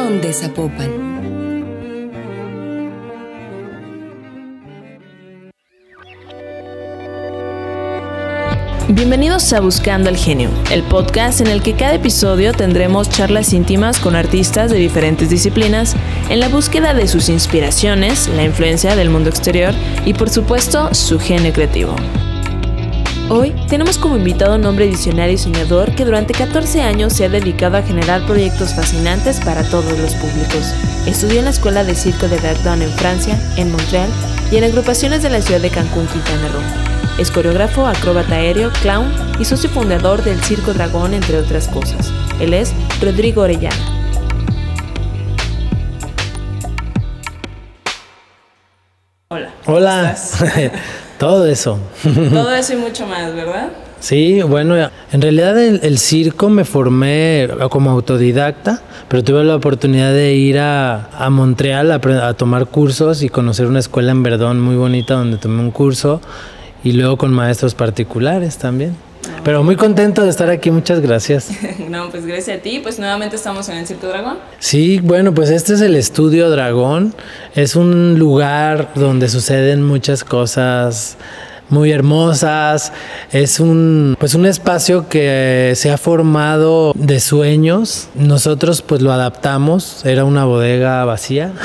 Son de Zapopan. Bienvenidos a Buscando el Genio, el podcast en el que cada episodio tendremos charlas íntimas con artistas de diferentes disciplinas en la búsqueda de sus inspiraciones, la influencia del mundo exterior y por supuesto su genio creativo. Hoy tenemos como invitado a un hombre visionario y soñador que durante 14 años se ha dedicado a generar proyectos fascinantes para todos los públicos. Estudió en la Escuela de Circo de Verdun en Francia, en Montreal y en agrupaciones de la ciudad de Cancún, Quintana Roo. Es coreógrafo, acróbata aéreo, clown y socio fundador del Circo Dragón, entre otras cosas. Él es Rodrigo Orellana. Hola. Hola. Todo eso. Todo eso y mucho más, ¿verdad? Sí, bueno, en realidad el circo me formé como autodidacta, pero tuve la oportunidad de ir a Montreal a tomar cursos y conocer una escuela en Verdun muy bonita donde tomé un curso y luego con maestros particulares también. Pero muy contento de estar aquí, muchas gracias. No, pues gracias a ti, pues nuevamente estamos en el Circo Dragón. Sí, bueno, pues este es el Estudio Dragón, es un lugar donde suceden muchas cosas muy hermosas, es un espacio que se ha formado de sueños, nosotros pues lo adaptamos, era una bodega vacía.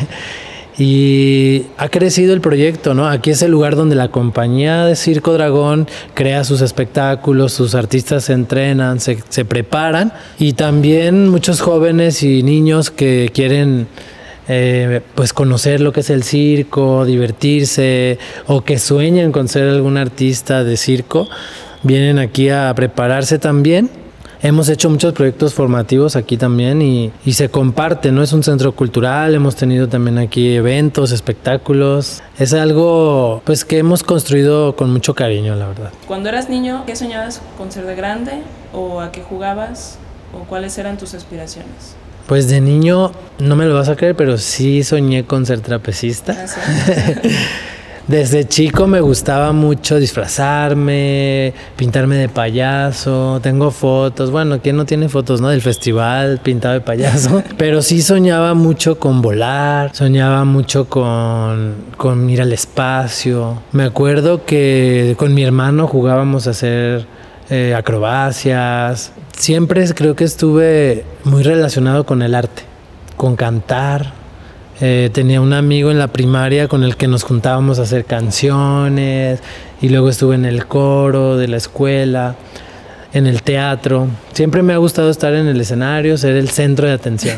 Y ha crecido el proyecto, ¿no? Aquí es el lugar donde la compañía de Circo Dragón crea sus espectáculos, sus artistas se entrenan, se preparan y también muchos jóvenes y niños que quieren pues conocer lo que es el circo, divertirse o que sueñan con ser algún artista de circo, vienen aquí a prepararse también. Hemos hecho muchos proyectos formativos aquí también y se comparte, ¿no? Es un centro cultural, hemos tenido también aquí eventos, espectáculos. Es algo pues que hemos construido con mucho cariño, la verdad. Cuando eras niño, ¿qué soñabas con ser de grande? ¿O a qué jugabas? ¿O cuáles eran tus aspiraciones? Pues de niño, no me lo vas a creer, pero sí soñé con ser trapecista. ¿Ah, sí? Desde chico me gustaba mucho disfrazarme, pintarme de payaso, tengo fotos, bueno, ¿quién no tiene fotos, no? Del festival pintado de payaso, pero sí soñaba mucho con volar, soñaba mucho con ir al espacio. Me acuerdo que con mi hermano jugábamos a hacer acrobacias. Siempre creo que estuve muy relacionado con el arte, con cantar. Tenía un amigo en la primaria con el que nos juntábamos a hacer canciones y luego estuve en el coro de la escuela, en el teatro. Siempre me ha gustado estar en el escenario, ser el centro de atención.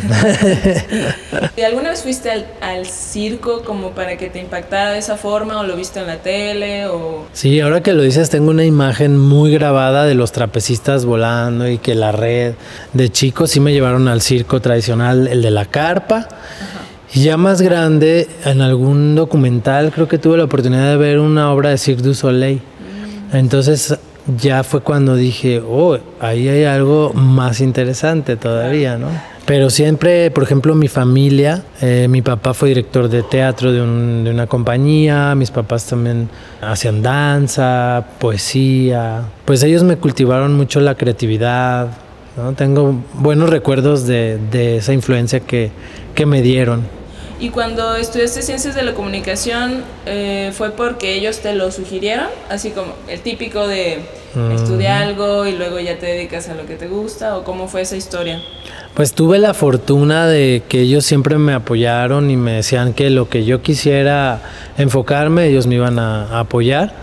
¿Y alguna vez fuiste al circo como para que te impactara de esa forma o lo viste en la tele? O... Sí, ahora que lo dices tengo una imagen muy grabada de los trapecistas volando y que la red de chicos sí me llevaron al circo tradicional, el de la carpa. Ajá. Y ya más grande, en algún documental creo que tuve la oportunidad de ver una obra de Cirque du Soleil. Entonces ya fue cuando dije, oh, ahí hay algo más interesante todavía, ¿no? Pero siempre, por ejemplo, mi familia, mi papá fue director de teatro de una compañía, mis papás también hacían danza, poesía. Pues ellos me cultivaron mucho la creatividad, ¿no? Tengo buenos recuerdos de esa influencia que me dieron. ¿Y cuando estudiaste Ciencias de la Comunicación, fue porque ellos te lo sugirieron? Así como el típico de estudia algo y luego ya te dedicas a lo que te gusta, ¿o cómo fue esa historia? Pues tuve la fortuna de que ellos siempre me apoyaron y me decían que lo que yo quisiera enfocarme, ellos me iban a apoyar.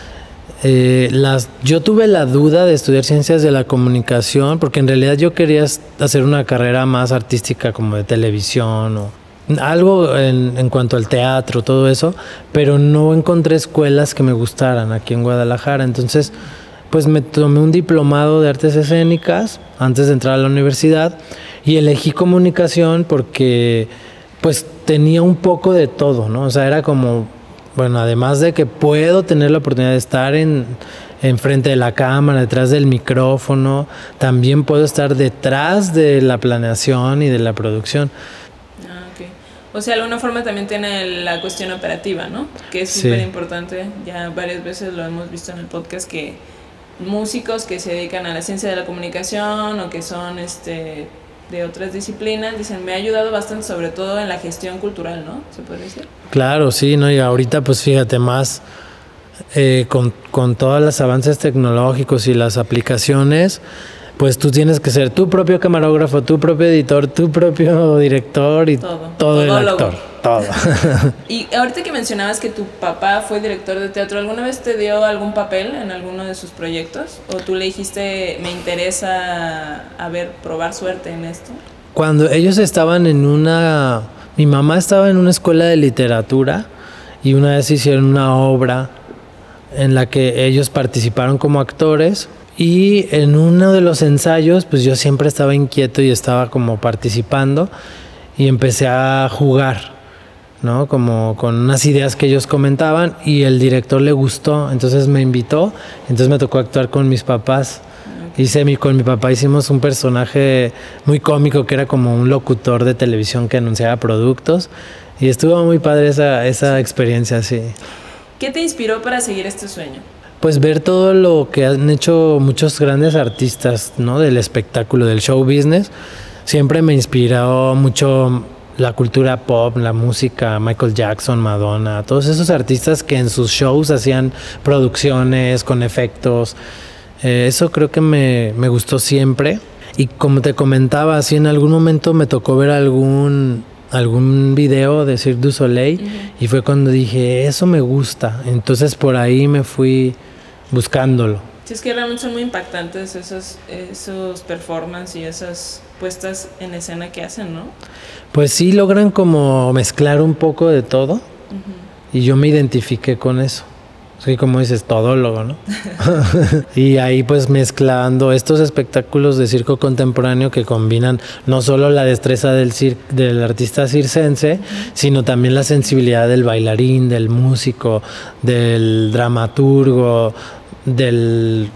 Yo tuve la duda de estudiar Ciencias de la Comunicación porque en realidad yo quería hacer una carrera más artística como de televisión o algo en cuanto al teatro, todo eso, pero no encontré escuelas que me gustaran aquí en Guadalajara. Entonces, pues me tomé un diplomado de artes escénicas antes de entrar a la universidad y elegí comunicación porque pues tenía un poco de todo, ¿no? O sea, era como, bueno, además de que puedo tener la oportunidad de estar enfrente de la cámara, detrás del micrófono, también puedo estar detrás de la planeación y de la producción. O sea, de alguna forma también tiene la cuestión operativa, ¿no? Que es súper importante. Ya varias veces lo hemos visto en el podcast que músicos que se dedican a la ciencia de la comunicación o que son de otras disciplinas, dicen, me ha ayudado bastante, sobre todo en la gestión cultural, ¿no? ¿Se puede decir? Claro, sí, ¿no? Y ahorita pues fíjate más con todos los avances tecnológicos y las aplicaciones, pues tú tienes que ser tu propio camarógrafo, tu propio editor, tu propio director y todo el actor, todo. Y ahorita que mencionabas que tu papá fue director de teatro, ¿alguna vez te dio algún papel en alguno de sus proyectos? ¿O tú le dijiste, me interesa, probar suerte en esto? Cuando ellos estaban mi mamá estaba en una escuela de literatura y una vez hicieron una obra en la que ellos participaron como actores. Y en uno de los ensayos, pues yo siempre estaba inquieto y estaba como participando y empecé a jugar, ¿no? Como con unas ideas que ellos comentaban y el director le gustó, entonces me invitó, entonces me tocó actuar con mis papás. Con mi papá hicimos un personaje muy cómico que era como un locutor de televisión que anunciaba productos y estuvo muy padre esa experiencia, sí. ¿Qué te inspiró para seguir este sueño? Pues ver todo lo que han hecho muchos grandes artistas, ¿no? Del espectáculo, del show business. Siempre me inspiró mucho la cultura pop, la música, Michael Jackson, Madonna, todos esos artistas que en sus shows hacían producciones con efectos. Eso creo que me gustó siempre. Y como te comentaba, así en algún momento me tocó ver algún video de Cirque du Soleil y fue cuando dije, eso me gusta. Entonces por ahí me fui buscándolo. Sí, es que realmente son muy impactantes esos performances y esas puestas en escena que hacen, ¿no? Pues sí, logran como mezclar un poco de todo y yo me identifiqué con eso. Sí, como dices, todólogo, ¿no? Y ahí pues mezclando estos espectáculos de circo contemporáneo que combinan no solo la destreza del artista circense, sino también la sensibilidad del bailarín, del músico, del dramaturgo, del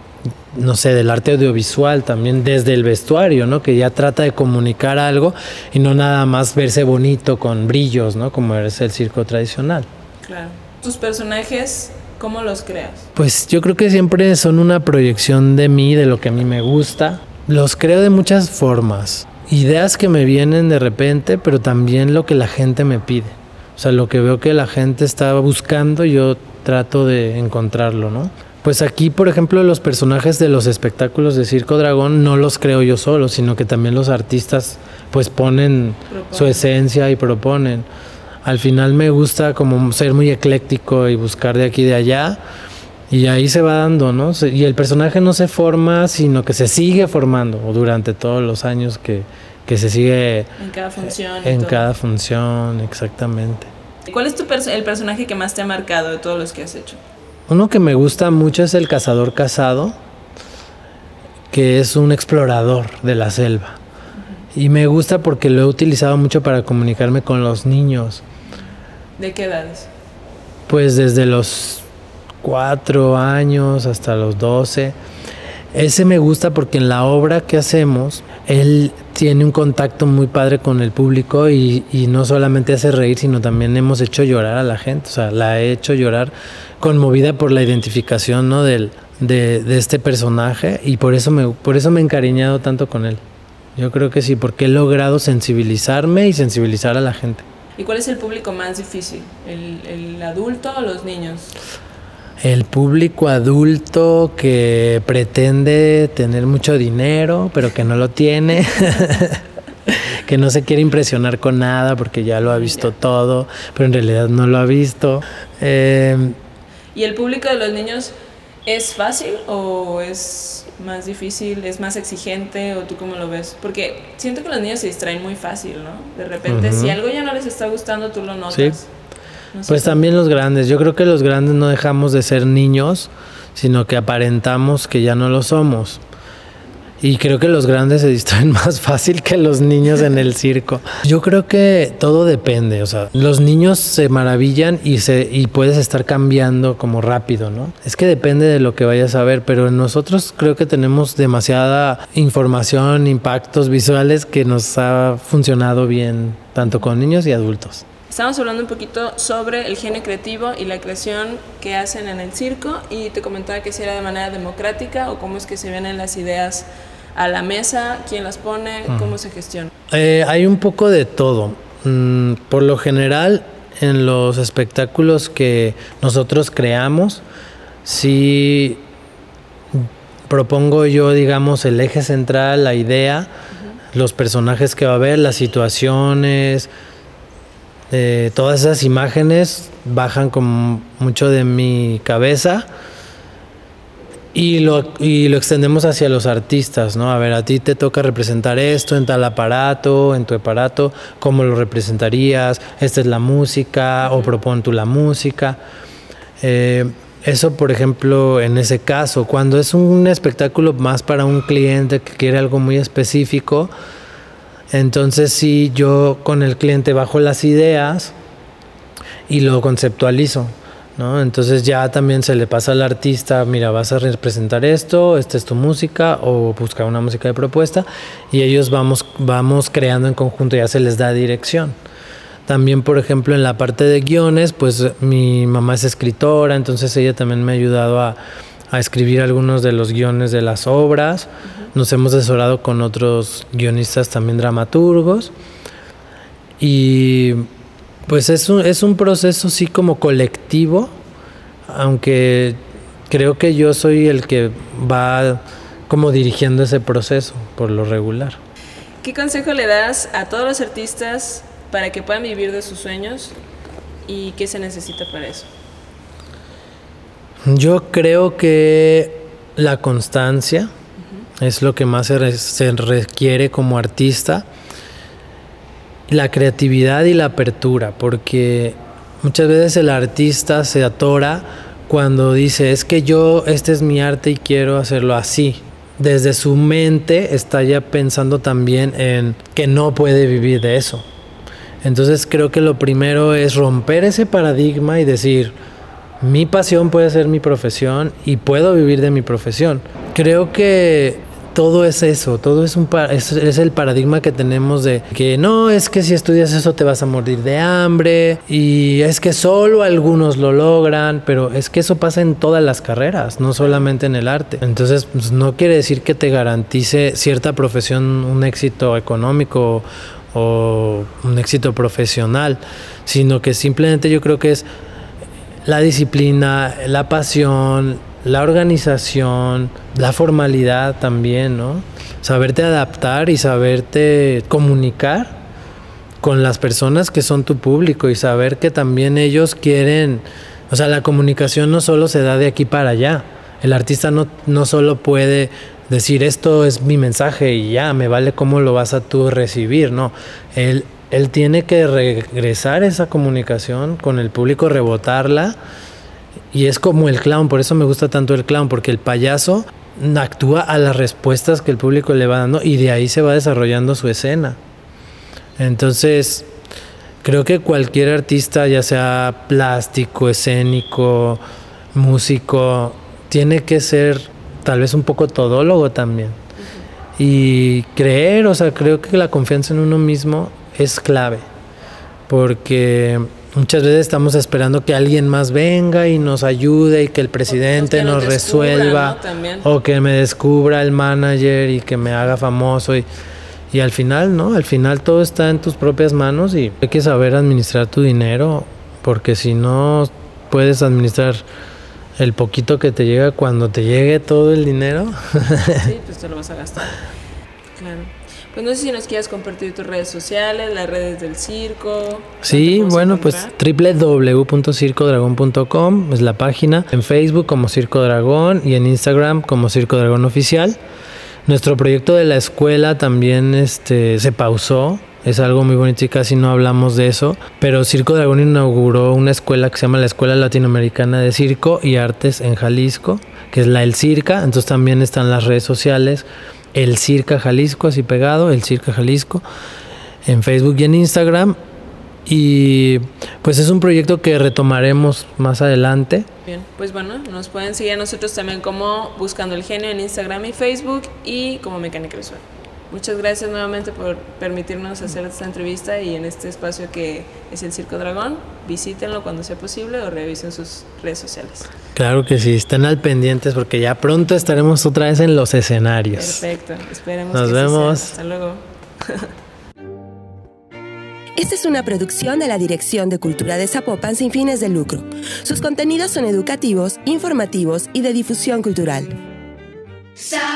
arte audiovisual también, desde el vestuario, ¿no? Que ya trata de comunicar algo y no nada más verse bonito con brillos, ¿no? Como es el circo tradicional. Claro. ¿Tus personajes cómo los creas? Pues yo creo que siempre son una proyección de mí, de lo que a mí me gusta. Los creo de muchas formas. Ideas que me vienen de repente, pero también lo que la gente me pide. O sea, lo que veo que la gente está buscando, yo trato de encontrarlo, ¿no? Pues aquí, por ejemplo, los personajes de los espectáculos de Circo Dragón no los creo yo solo, sino que también los artistas pues proponen su esencia y proponen. Al final me gusta como ser muy ecléctico y buscar de aquí y de allá y ahí se va dando, ¿no? Y el personaje no se forma, sino que se sigue formando durante todos los años que se sigue... En cada función. Cada función, exactamente. ¿Cuál es el personaje que más te ha marcado de todos los que has hecho? Uno que me gusta mucho es el cazador casado, que es un explorador de la selva. Y me gusta porque lo he utilizado mucho para comunicarme con los niños. ¿De qué edades? Pues desde los 4 años hasta los 12. Ese me gusta porque en la obra que hacemos, él tiene un contacto muy padre con el público y no solamente hace reír, sino también hemos hecho llorar a la gente. O sea, la he hecho llorar conmovida por la identificación, ¿no? de este personaje y por eso me he encariñado tanto con él. Yo creo que sí, porque he logrado sensibilizarme y sensibilizar a la gente. ¿Y cuál es el público más difícil? ¿El adulto o los niños? El público adulto que pretende tener mucho dinero, pero que no lo tiene, que no se quiere impresionar con nada porque ya lo ha visto todo, pero en realidad no lo ha visto. ¿Y el público de los niños es fácil o es más difícil, es más exigente, o tú cómo lo ves? Porque siento que los niños se distraen muy fácil, ¿no? De repente, si algo ya no les está gustando, tú lo notas. Sí. No sé. Pues también los grandes. Yo creo que los grandes no dejamos de ser niños, sino que aparentamos que ya no lo somos. Y creo que los grandes se distraen más fácil que los niños en el circo. Yo creo que todo depende, o sea, los niños se maravillan y puedes estar cambiando como rápido, ¿no? Es que depende de lo que vayas a ver, pero nosotros creo que tenemos demasiada información, impactos visuales que nos ha funcionado bien, tanto con niños y adultos. Estamos hablando un poquito sobre el genio creativo y la creación que hacen en el circo y te comentaba que si era de manera democrática o cómo es que se vienen las ideas a la mesa? ¿Quién las pone? ¿Cómo se gestiona? Hay un poco de todo. Por lo general, en los espectáculos que nosotros creamos, sí propongo yo, digamos, el eje central, la idea, los personajes que va a haber, las situaciones, todas esas imágenes bajan con mucho de mi cabeza y lo extendemos hacia los artistas, ¿no? A ver, a ti te toca representar esto en tal aparato, en tu aparato, ¿cómo lo representarías? Esta es la música, o propon tú la música. Eso, por ejemplo, en ese caso, cuando es un espectáculo más para un cliente que quiere algo muy específico, entonces sí, yo con el cliente bajo las ideas y lo conceptualizo, ¿no? Entonces ya también se le pasa al artista, mira, vas a representar esto, esta es tu música, o buscar una música de propuesta, y ellos vamos creando en conjunto, ya se les da dirección. También, por ejemplo, en la parte de guiones, pues mi mamá es escritora, entonces ella también me ha ayudado a escribir algunos de los guiones de las obras. Nos hemos asesorado con otros guionistas también dramaturgos. Y pues es un proceso sí como colectivo, aunque creo que yo soy el que va como dirigiendo ese proceso por lo regular. ¿Qué consejo le das a todos los artistas para que puedan vivir de sus sueños y qué se necesita para eso? Yo creo que la constancia es lo que más se requiere como artista, la creatividad y la apertura, porque muchas veces el artista se atora cuando dice, es que este es mi arte y quiero hacerlo así. Desde su mente está ya pensando también en que no puede vivir de eso. Entonces creo que lo primero es romper ese paradigma y decir, mi pasión puede ser mi profesión y puedo vivir de mi profesión. Creo que todo es eso, todo es el paradigma que tenemos de que no, es que si estudias eso te vas a morir de hambre y es que solo algunos lo logran, pero es que eso pasa en todas las carreras, no solamente en el arte. Entonces, pues, no quiere decir que te garantice cierta profesión un éxito económico o un éxito profesional, sino que simplemente yo creo que es la disciplina, la pasión, la organización, la formalidad también, ¿no? Saberte adaptar y saberte comunicar con las personas que son tu público y saber que también ellos quieren, o sea, la comunicación no solo se da de aquí para allá. El artista no solo puede decir esto es mi mensaje y ya, me vale cómo lo vas a tú recibir, no. Él tiene que regresar esa comunicación con el público, rebotarla, y es como el clown, por eso me gusta tanto el clown, porque el payaso actúa a las respuestas que el público le va dando y de ahí se va desarrollando su escena. Entonces, creo que cualquier artista, ya sea plástico, escénico, músico, tiene que ser tal vez un poco todólogo también. Y creer, o sea, creo que la confianza en uno mismo es clave, porque muchas veces estamos esperando que alguien más venga y nos ayude y que el presidente nos resuelva, ¿no? O que me descubra el manager y que me haga famoso y al final, ¿no? Al final todo está en tus propias manos y hay que saber administrar tu dinero, porque si no puedes administrar el poquito que te llega, cuando te llegue todo el dinero, sí, pues te lo vas a gastar. Claro. Pues no sé si nos quieras compartir tus redes sociales, las redes del circo. Sí, bueno, pues www.circodragon.com es la página. En Facebook como Circo Dragón y en Instagram como Circo Dragón Oficial. Nuestro proyecto de la escuela también se pausó. Es algo muy bonito y casi no hablamos de eso. Pero Circo Dragón inauguró una escuela que se llama la Escuela Latinoamericana de Circo y Artes en Jalisco, que es la El Circa. Entonces también están las redes sociales. El Circa Jalisco, así pegado, El Circa Jalisco, en Facebook y en Instagram. Y pues es un proyecto que retomaremos más adelante. Bien, pues bueno, nos pueden seguir a nosotros también como Buscando el Genio en Instagram y Facebook y como Mecánica Visual. muchas gracias nuevamente por permitirnos hacer esta entrevista y en este espacio que es el Circo Dragón. Visítenlo cuando sea posible o revisen sus redes sociales. Claro que sí, estén al pendientes porque ya pronto estaremos otra vez en los escenarios. Perfecto, esperemos Nos que vemos. Así sea. Hasta luego. Esta es una producción de la Dirección de Cultura de Zapopan sin fines de lucro. Sus contenidos son educativos, informativos y de difusión cultural.